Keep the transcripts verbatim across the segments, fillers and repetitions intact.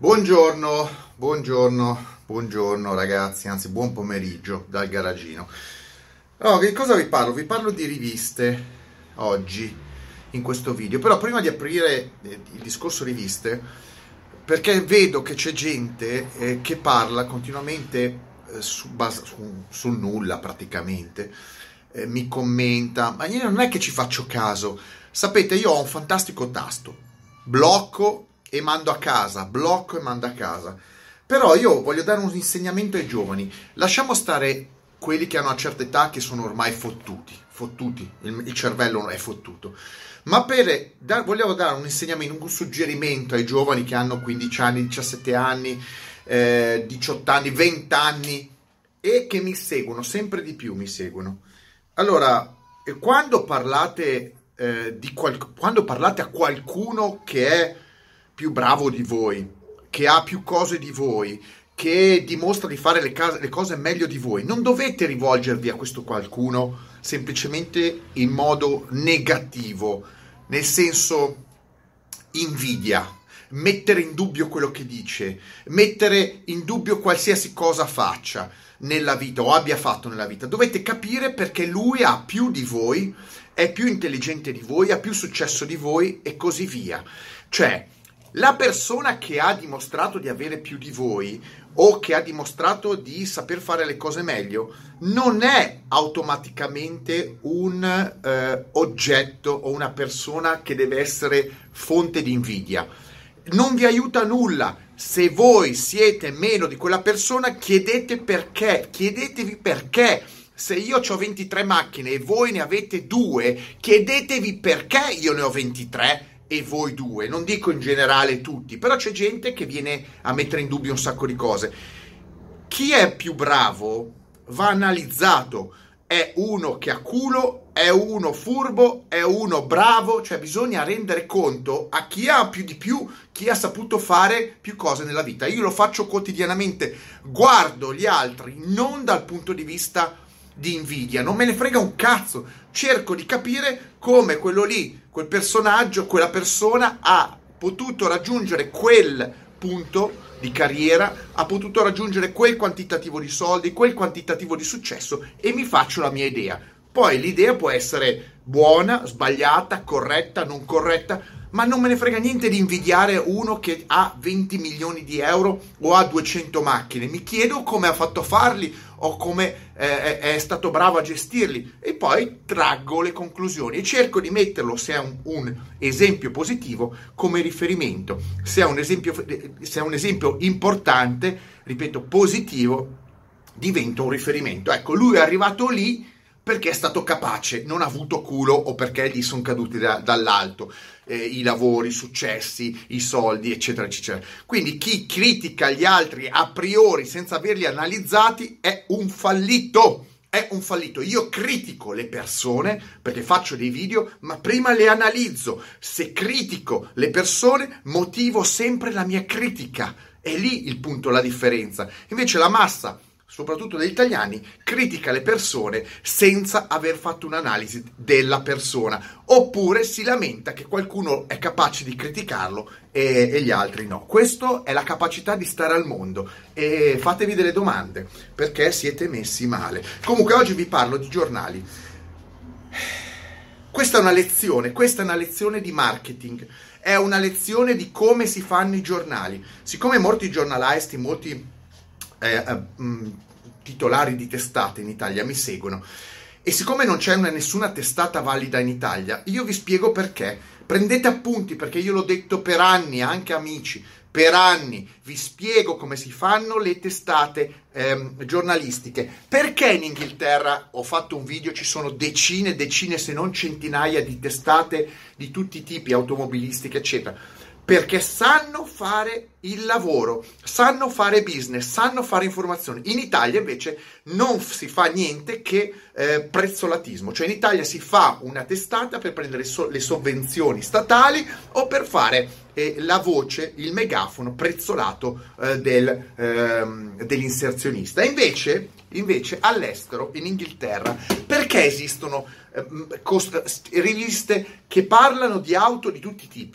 Buongiorno, buongiorno, buongiorno ragazzi, anzi buon pomeriggio dal garagino. Allora, di cosa vi parlo? Vi parlo di riviste oggi in questo video, però prima di aprire il discorso riviste, perché vedo che c'è gente eh, che parla continuamente eh, su, bas- su, sul nulla praticamente, eh, mi commenta, ma io non è che ci faccio caso. Sapete, io ho un fantastico tasto, blocco e mando a casa, blocco e mando a casa. Però io voglio dare un insegnamento ai giovani. Lasciamo stare quelli che hanno una certa età, che sono ormai fottuti, fottuti, il, il cervello è fottuto. Ma per da, volevo dare un insegnamento, un suggerimento ai giovani che hanno quindici anni, diciassette anni, eh, diciotto anni, venti anni e che mi seguono, sempre di più mi seguono. Allora, quando parlate, eh, di qual- quando parlate a qualcuno che è più bravo di voi, che ha più cose di voi, che dimostra di fare le, case, le cose meglio di voi, non dovete rivolgervi a questo qualcuno semplicemente in modo negativo, nel senso invidia, mettere in dubbio quello che dice, mettere in dubbio qualsiasi cosa faccia nella vita o abbia fatto nella vita. Dovete capire perché lui ha più di voi, è più intelligente di voi, ha più successo di voi e così via. Cioè, la persona che ha dimostrato di avere più di voi o che ha dimostrato di saper fare le cose meglio non è automaticamente un eh, oggetto o una persona che deve essere fonte di invidia. Non vi aiuta nulla. Se voi siete meno di quella persona, chiedete perché, chiedetevi perché. Se io ho ventitré macchine e voi ne avete due, chiedetevi perché io ne ho ventitré e voi due. Non dico in generale tutti, però c'è gente che viene a mettere in dubbio un sacco di cose. Chi è più bravo va analizzato. È uno che ha culo, è uno furbo, è uno bravo, cioè bisogna rendere conto a chi ha più di più, chi ha saputo fare più cose nella vita. Io lo faccio quotidianamente, guardo gli altri non dal punto di vista di invidia, non me ne frega un cazzo, cerco di capire come quello lì, quel personaggio, quella persona ha potuto raggiungere quel punto di carriera, ha potuto raggiungere quel quantitativo di soldi, quel quantitativo di successo e mi faccio la mia idea. Poi l'idea può essere buona, sbagliata, corretta, non corretta, ma non me ne frega niente di invidiare uno che ha venti milioni di euro o ha duecento macchine. Mi chiedo come ha fatto a farli o come eh, è stato bravo a gestirli e poi traggo le conclusioni e cerco di metterlo, se è un, un esempio positivo, come riferimento. Se è un esempio, se è un esempio importante, ripeto, positivo, diventa un riferimento. Ecco, lui è arrivato lì perché è stato capace, non ha avuto culo o perché gli sono caduti da, dall'alto eh, i lavori, i successi, i soldi, eccetera, eccetera. Quindi chi critica gli altri a priori senza averli analizzati è un fallito, è un fallito. Io critico le persone perché faccio dei video, ma prima le analizzo. Se critico le persone, motivo sempre la mia critica. È lì il punto, la differenza. Invece la massa, soprattutto degli italiani, critica le persone senza aver fatto un'analisi della persona, oppure si lamenta che qualcuno è capace di criticarlo e, e gli altri no. Questa è la capacità di stare al mondo e fatevi delle domande, perché siete messi male. Comunque oggi vi parlo di giornali. Questa è una lezione, questa è una lezione di marketing, è una lezione di come si fanno i giornali. Siccome molti giornalisti, molti Eh, eh, titolari di testate in Italia mi seguono e siccome non c'è una, nessuna testata valida in Italia, io vi spiego perché. Prendete appunti, perché io l'ho detto per anni, anche amici, per anni vi spiego come si fanno le testate ehm, giornalistiche. Perché in Inghilterra, ho fatto un video, ci sono decine, decine se non centinaia di testate di tutti i tipi, automobilistiche eccetera, perché sanno fare il lavoro, sanno fare business, sanno fare informazioni. In Italia invece non si fa niente che eh, prezzolatismo, cioè in Italia si fa una testata per prendere so- le sovvenzioni statali o per fare eh, la voce, il megafono prezzolato eh, del, ehm, dell'inserzionista. E invece, invece all'estero, in Inghilterra, perché esistono eh, cost- riviste che parlano di auto di tutti i tipi,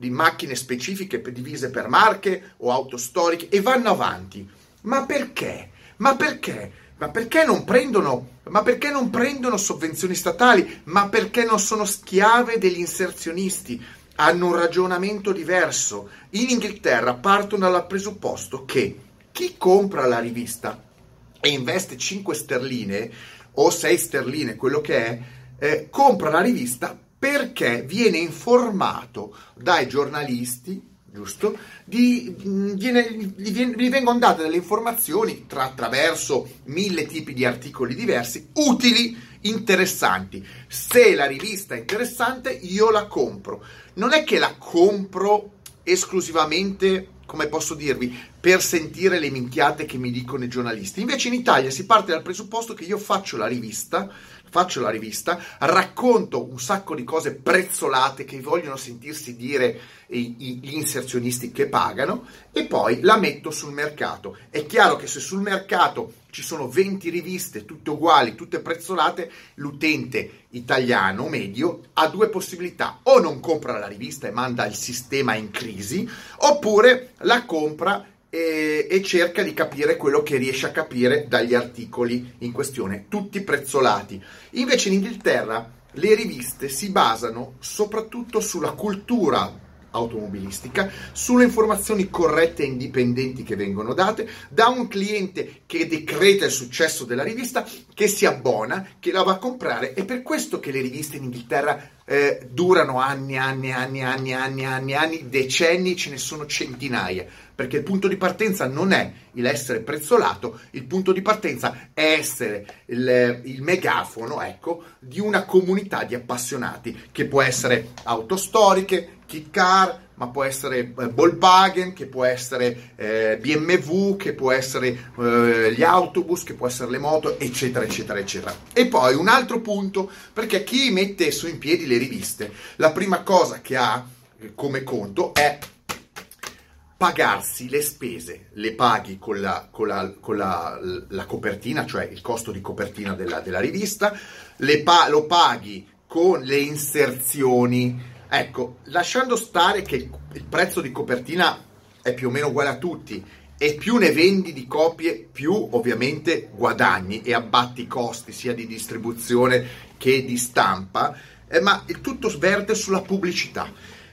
di macchine specifiche divise per marche o auto storiche e vanno avanti. Ma perché? Ma perché? Ma perché non prendono, ma perché non prendono sovvenzioni statali? Ma perché non sono schiave degli inserzionisti? Hanno un ragionamento diverso. In Inghilterra partono dal presupposto che chi compra la rivista e investe cinque sterline o sei sterline, quello che è, eh, compra la rivista perché viene informato dai giornalisti, giusto? Di, viene, gli, gli vengono date delle informazioni tra, attraverso mille tipi di articoli diversi, utili, interessanti. Se la rivista è interessante, io la compro. Non è che la compro esclusivamente, come posso dirvi, per sentire le minchiate che mi dicono i giornalisti. Invece in Italia si parte dal presupposto che io faccio la rivista, faccio la rivista, racconto un sacco di cose prezzolate che vogliono sentirsi dire i, i, gli inserzionisti che pagano e poi la metto sul mercato. È chiaro che se sul mercato ci sono venti riviste, tutte uguali, tutte prezzolate, l'utente italiano medio ha due possibilità: o non compra la rivista e manda il sistema in crisi, oppure la compra e, e cerca di capire quello che riesce a capire dagli articoli in questione, tutti prezzolati. Invece in Inghilterra le riviste si basano soprattutto sulla cultura automobilistica, sulle informazioni corrette e indipendenti che vengono date da un cliente che decreta il successo della rivista, che si abbona, che la va a comprare. È per questo che le riviste in Inghilterra eh, durano anni, anni, anni, anni, anni, anni, anni, decenni, ce ne sono centinaia, perché il punto di partenza non è il essere prezzolato, il punto di partenza è essere il, il megafono, ecco, di una comunità di appassionati, che può essere auto storiche, kit car, ma può essere eh, Volkswagen, che può essere eh, B M W, che può essere eh, gli autobus, che può essere le moto, eccetera, eccetera, eccetera. E poi un altro punto, perché chi mette su in piedi le riviste, la prima cosa che ha eh, come conto è pagarsi le spese. Le paghi con la, con la, con la, la copertina, cioè il costo di copertina della, della rivista, le pa- lo paghi con le inserzioni. Ecco, lasciando stare che il prezzo di copertina è più o meno uguale a tutti e più ne vendi di copie, più ovviamente guadagni e abbatti i costi sia di distribuzione che di stampa, eh, ma il tutto sverte sulla pubblicità.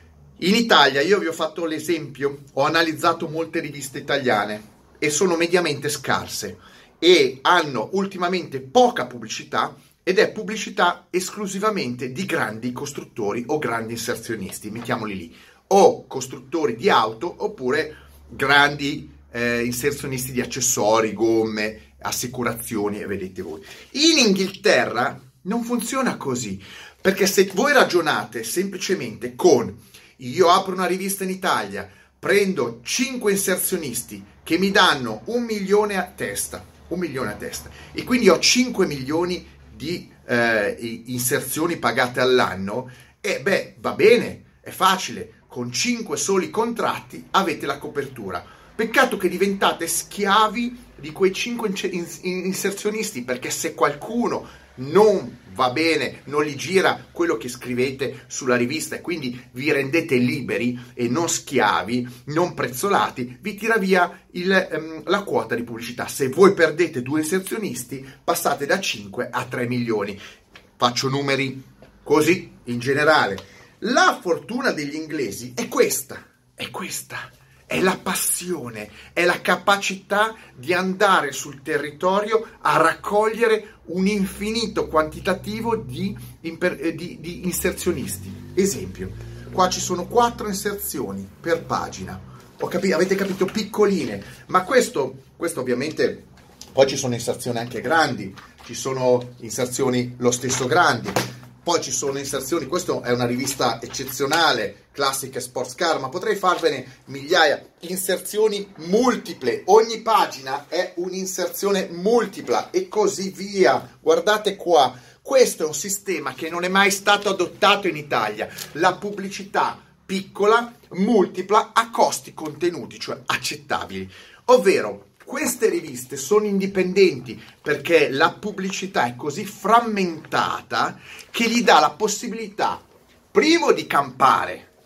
In Italia, io vi ho fatto l'esempio, ho analizzato molte riviste italiane e sono mediamente scarse e hanno ultimamente poca pubblicità, ed è pubblicità esclusivamente di grandi costruttori o grandi inserzionisti, mettiamoli lì, o costruttori di auto oppure grandi eh, inserzionisti di accessori, gomme, assicurazioni, e vedete voi. In Inghilterra non funziona così, perché se voi ragionate semplicemente con io apro una rivista in Italia, prendo cinque inserzionisti che mi danno un milione a testa, un milione a testa, e quindi ho cinque milioni di eh, inserzioni pagate all'anno, e beh, va bene, è facile, con cinque soli contratti avete la copertura. Peccato che diventate schiavi di quei cinque inserzionisti, perché se qualcuno non va bene, non gli gira quello che scrivete sulla rivista e quindi vi rendete liberi e non schiavi, non prezzolati, vi tira via il, um, la quota di pubblicità. Se voi perdete due inserzionisti, passate da cinque a tre milioni. Faccio numeri così in generale. La fortuna degli inglesi è questa, è questa. È la passione, è la capacità di andare sul territorio a raccogliere un infinito quantitativo di, imper- di, di inserzionisti. Esempio, qua ci sono quattro inserzioni per pagina. Ho capito, avete capito, piccoline, ma questo, questo ovviamente, poi ci sono inserzioni anche grandi, ci sono inserzioni lo stesso grandi. Poi ci sono inserzioni, questa è una rivista eccezionale, classiche sports car, ma potrei farvene migliaia, inserzioni multiple, ogni pagina è un'inserzione multipla e così via. Guardate qua, questo è un sistema che non è mai stato adottato in Italia, la pubblicità piccola, multipla, a costi contenuti, cioè accettabili, ovvero queste riviste sono indipendenti perché la pubblicità è così frammentata che gli dà la possibilità, primo, di campare,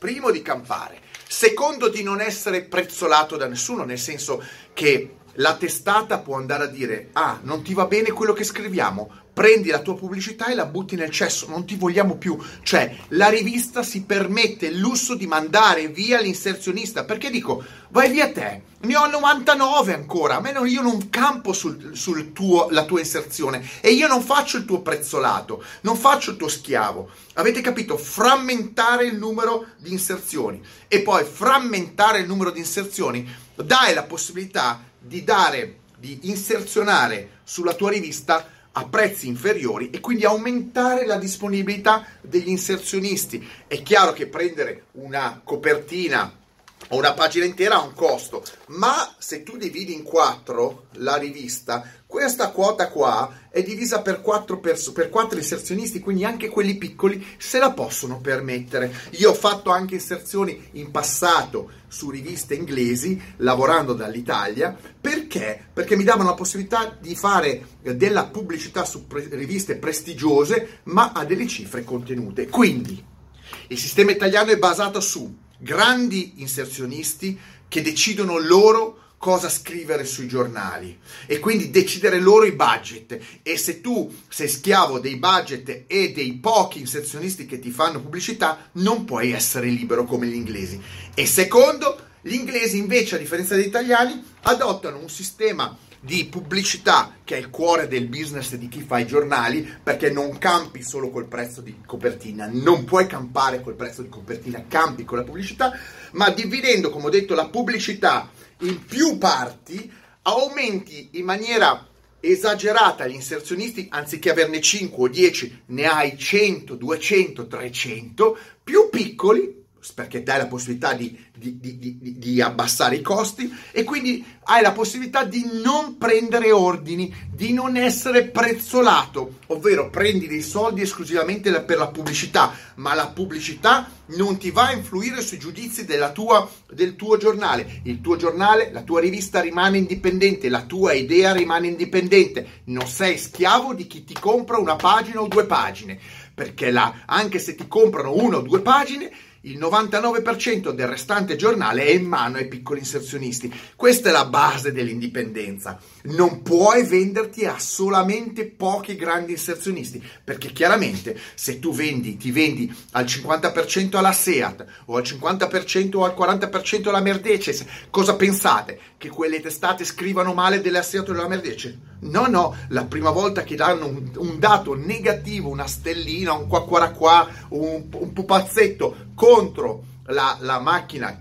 primo di campare, secondo di non essere prezzolato da nessuno, nel senso che la testata può andare a dire: ah, non ti va bene quello che scriviamo, prendi la tua pubblicità e la butti nel cesso, non ti vogliamo più. Cioè, la rivista si permette il lusso di mandare via l'inserzionista, perché dico, vai via te, ne ho novantanove ancora, a me non, io non campo sul, sul tuo, la tua inserzione, e io non faccio il tuo prezzolato, non faccio il tuo schiavo. Avete capito? Frammentare il numero di inserzioni, e poi frammentare il numero di inserzioni dai la possibilità di dare, di inserzionare sulla tua rivista a prezzi inferiori e quindi aumentare la disponibilità degli inserzionisti. È chiaro che prendere una copertina o una pagina intera ha un costo, ma se tu dividi in quattro la rivista, questa quota qua è divisa per quattro, perso- per quattro inserzionisti, quindi anche quelli piccoli se la possono permettere. Io ho fatto anche inserzioni in passato su riviste inglesi, lavorando dall'Italia. Perché? Perché mi davano la possibilità di fare della pubblicità su pre- riviste prestigiose, ma a delle cifre contenute. Quindi il sistema italiano è basato su grandi inserzionisti che decidono loro cosa scrivere sui giornali e quindi decidere loro i budget. E se tu sei schiavo dei budget e dei pochi inserzionisti che ti fanno pubblicità, non puoi essere libero come gli inglesi. E secondo, gli inglesi invece, a differenza degli italiani, adottano un sistema di pubblicità che è il cuore del business di chi fa i giornali, perché non campi solo col prezzo di copertina, non puoi campare col prezzo di copertina, campi con la pubblicità, ma dividendo, come ho detto, la pubblicità in più parti, aumenti in maniera esagerata gli inserzionisti, anziché averne cinque o dieci, ne hai cento, duecento, trecento, più piccoli, perché dai la possibilità di, di, di, di, di abbassare i costi, e quindi hai la possibilità di non prendere ordini, di non essere prezzolato, ovvero prendi dei soldi esclusivamente per la pubblicità, ma la pubblicità non ti va a influire sui giudizi della tua, del tuo giornale. Il tuo giornale, la tua rivista rimane indipendente, la tua idea rimane indipendente, non sei schiavo di chi ti compra una pagina o due pagine, perché la, anche se ti comprano una o due pagine, il novantanove per cento del restante giornale è in mano ai piccoli inserzionisti. Questa è la base dell'indipendenza. Non puoi venderti a solamente pochi grandi inserzionisti, perché chiaramente se tu vendi, ti vendi al cinquanta per cento alla Seat o al cinquanta per cento o al quaranta per cento alla Mercedes, cosa pensate? Che quelle testate scrivano male della Seat o della Mercedes? No, no, la prima volta che danno un, un dato negativo, una stellina, un qua qua qua, un, un pupazzetto contro la, la macchina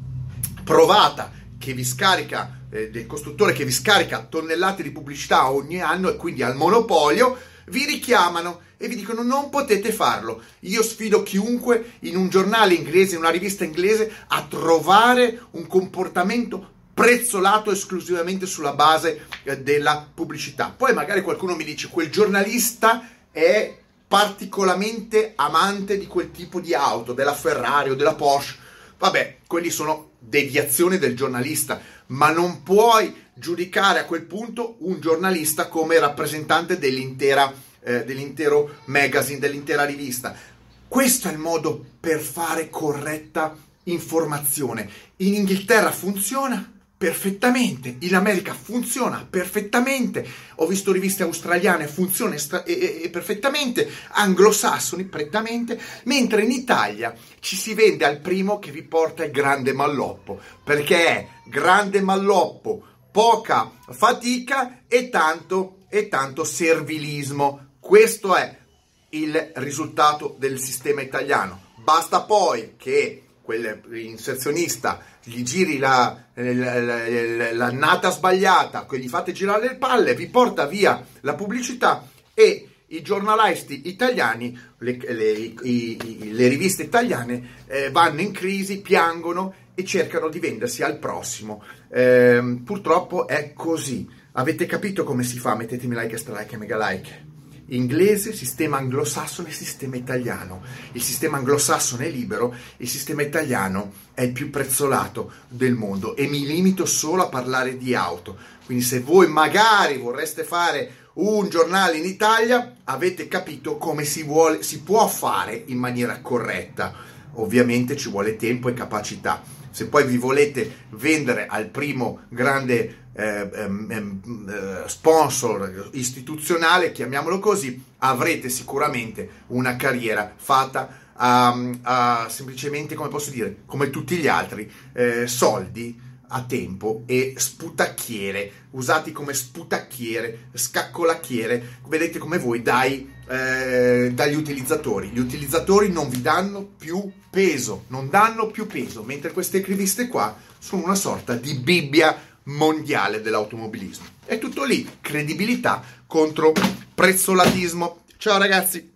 provata che vi scarica, eh, del costruttore che vi scarica tonnellate di pubblicità ogni anno, e quindi al monopolio, vi richiamano e vi dicono non potete farlo. Io sfido chiunque in un giornale inglese, in una rivista inglese, a trovare un comportamento prezzolato esclusivamente sulla base eh, della pubblicità. Poi magari qualcuno mi dice quel giornalista è particolarmente amante di quel tipo di auto, della Ferrari o della Porsche. Vabbè, quelli sono deviazioni del giornalista, ma non puoi giudicare a quel punto un giornalista come rappresentante dell'intera, eh, dell'intero magazine, dell'intera rivista. Questo è il modo per fare corretta informazione. In Inghilterra funziona perfettamente, in America funziona perfettamente, ho visto riviste australiane, funziona estra- e- e- e perfettamente, anglosassoni prettamente, mentre in Italia ci si vende al primo che vi porta il grande malloppo, perché è grande malloppo, poca fatica e tanto, e tanto servilismo. Questo è il risultato del sistema italiano. Basta poi che quell'inserzionista gli giri la, la, la, l'annata sbagliata, che gli fate girare le palle, vi porta via la pubblicità, e i giornalisti italiani, le, le, i, i, le riviste italiane eh, vanno in crisi, piangono e cercano di vendersi al prossimo. Eh, purtroppo è così. Avete capito come si fa? Mettetemi like, extra like e mega like. Inglese, sistema anglosassone, sistema italiano. Il sistema anglosassone è libero, il sistema italiano è il più prezzolato del mondo, e mi limito solo a parlare di auto. Quindi se voi magari vorreste fare un giornale in Italia, avete capito come si vuole, si può fare in maniera corretta. ovviamente ci vuole tempo e capacità. Se poi vi volete vendere al primo grande eh, eh, sponsor istituzionale, chiamiamolo così, avrete sicuramente una carriera fatta a, a semplicemente, come posso dire, come tutti gli altri, eh, soldi a tempo e sputacchiere, usati come sputacchiere, scaccolacchiere, vedete come voi, dai, eh, dagli utilizzatori. Gli utilizzatori non vi danno più peso, non danno più peso, mentre queste riviste qua sono una sorta di Bibbia mondiale dell'automobilismo. È tutto lì, credibilità contro prezzolatismo. Ciao ragazzi!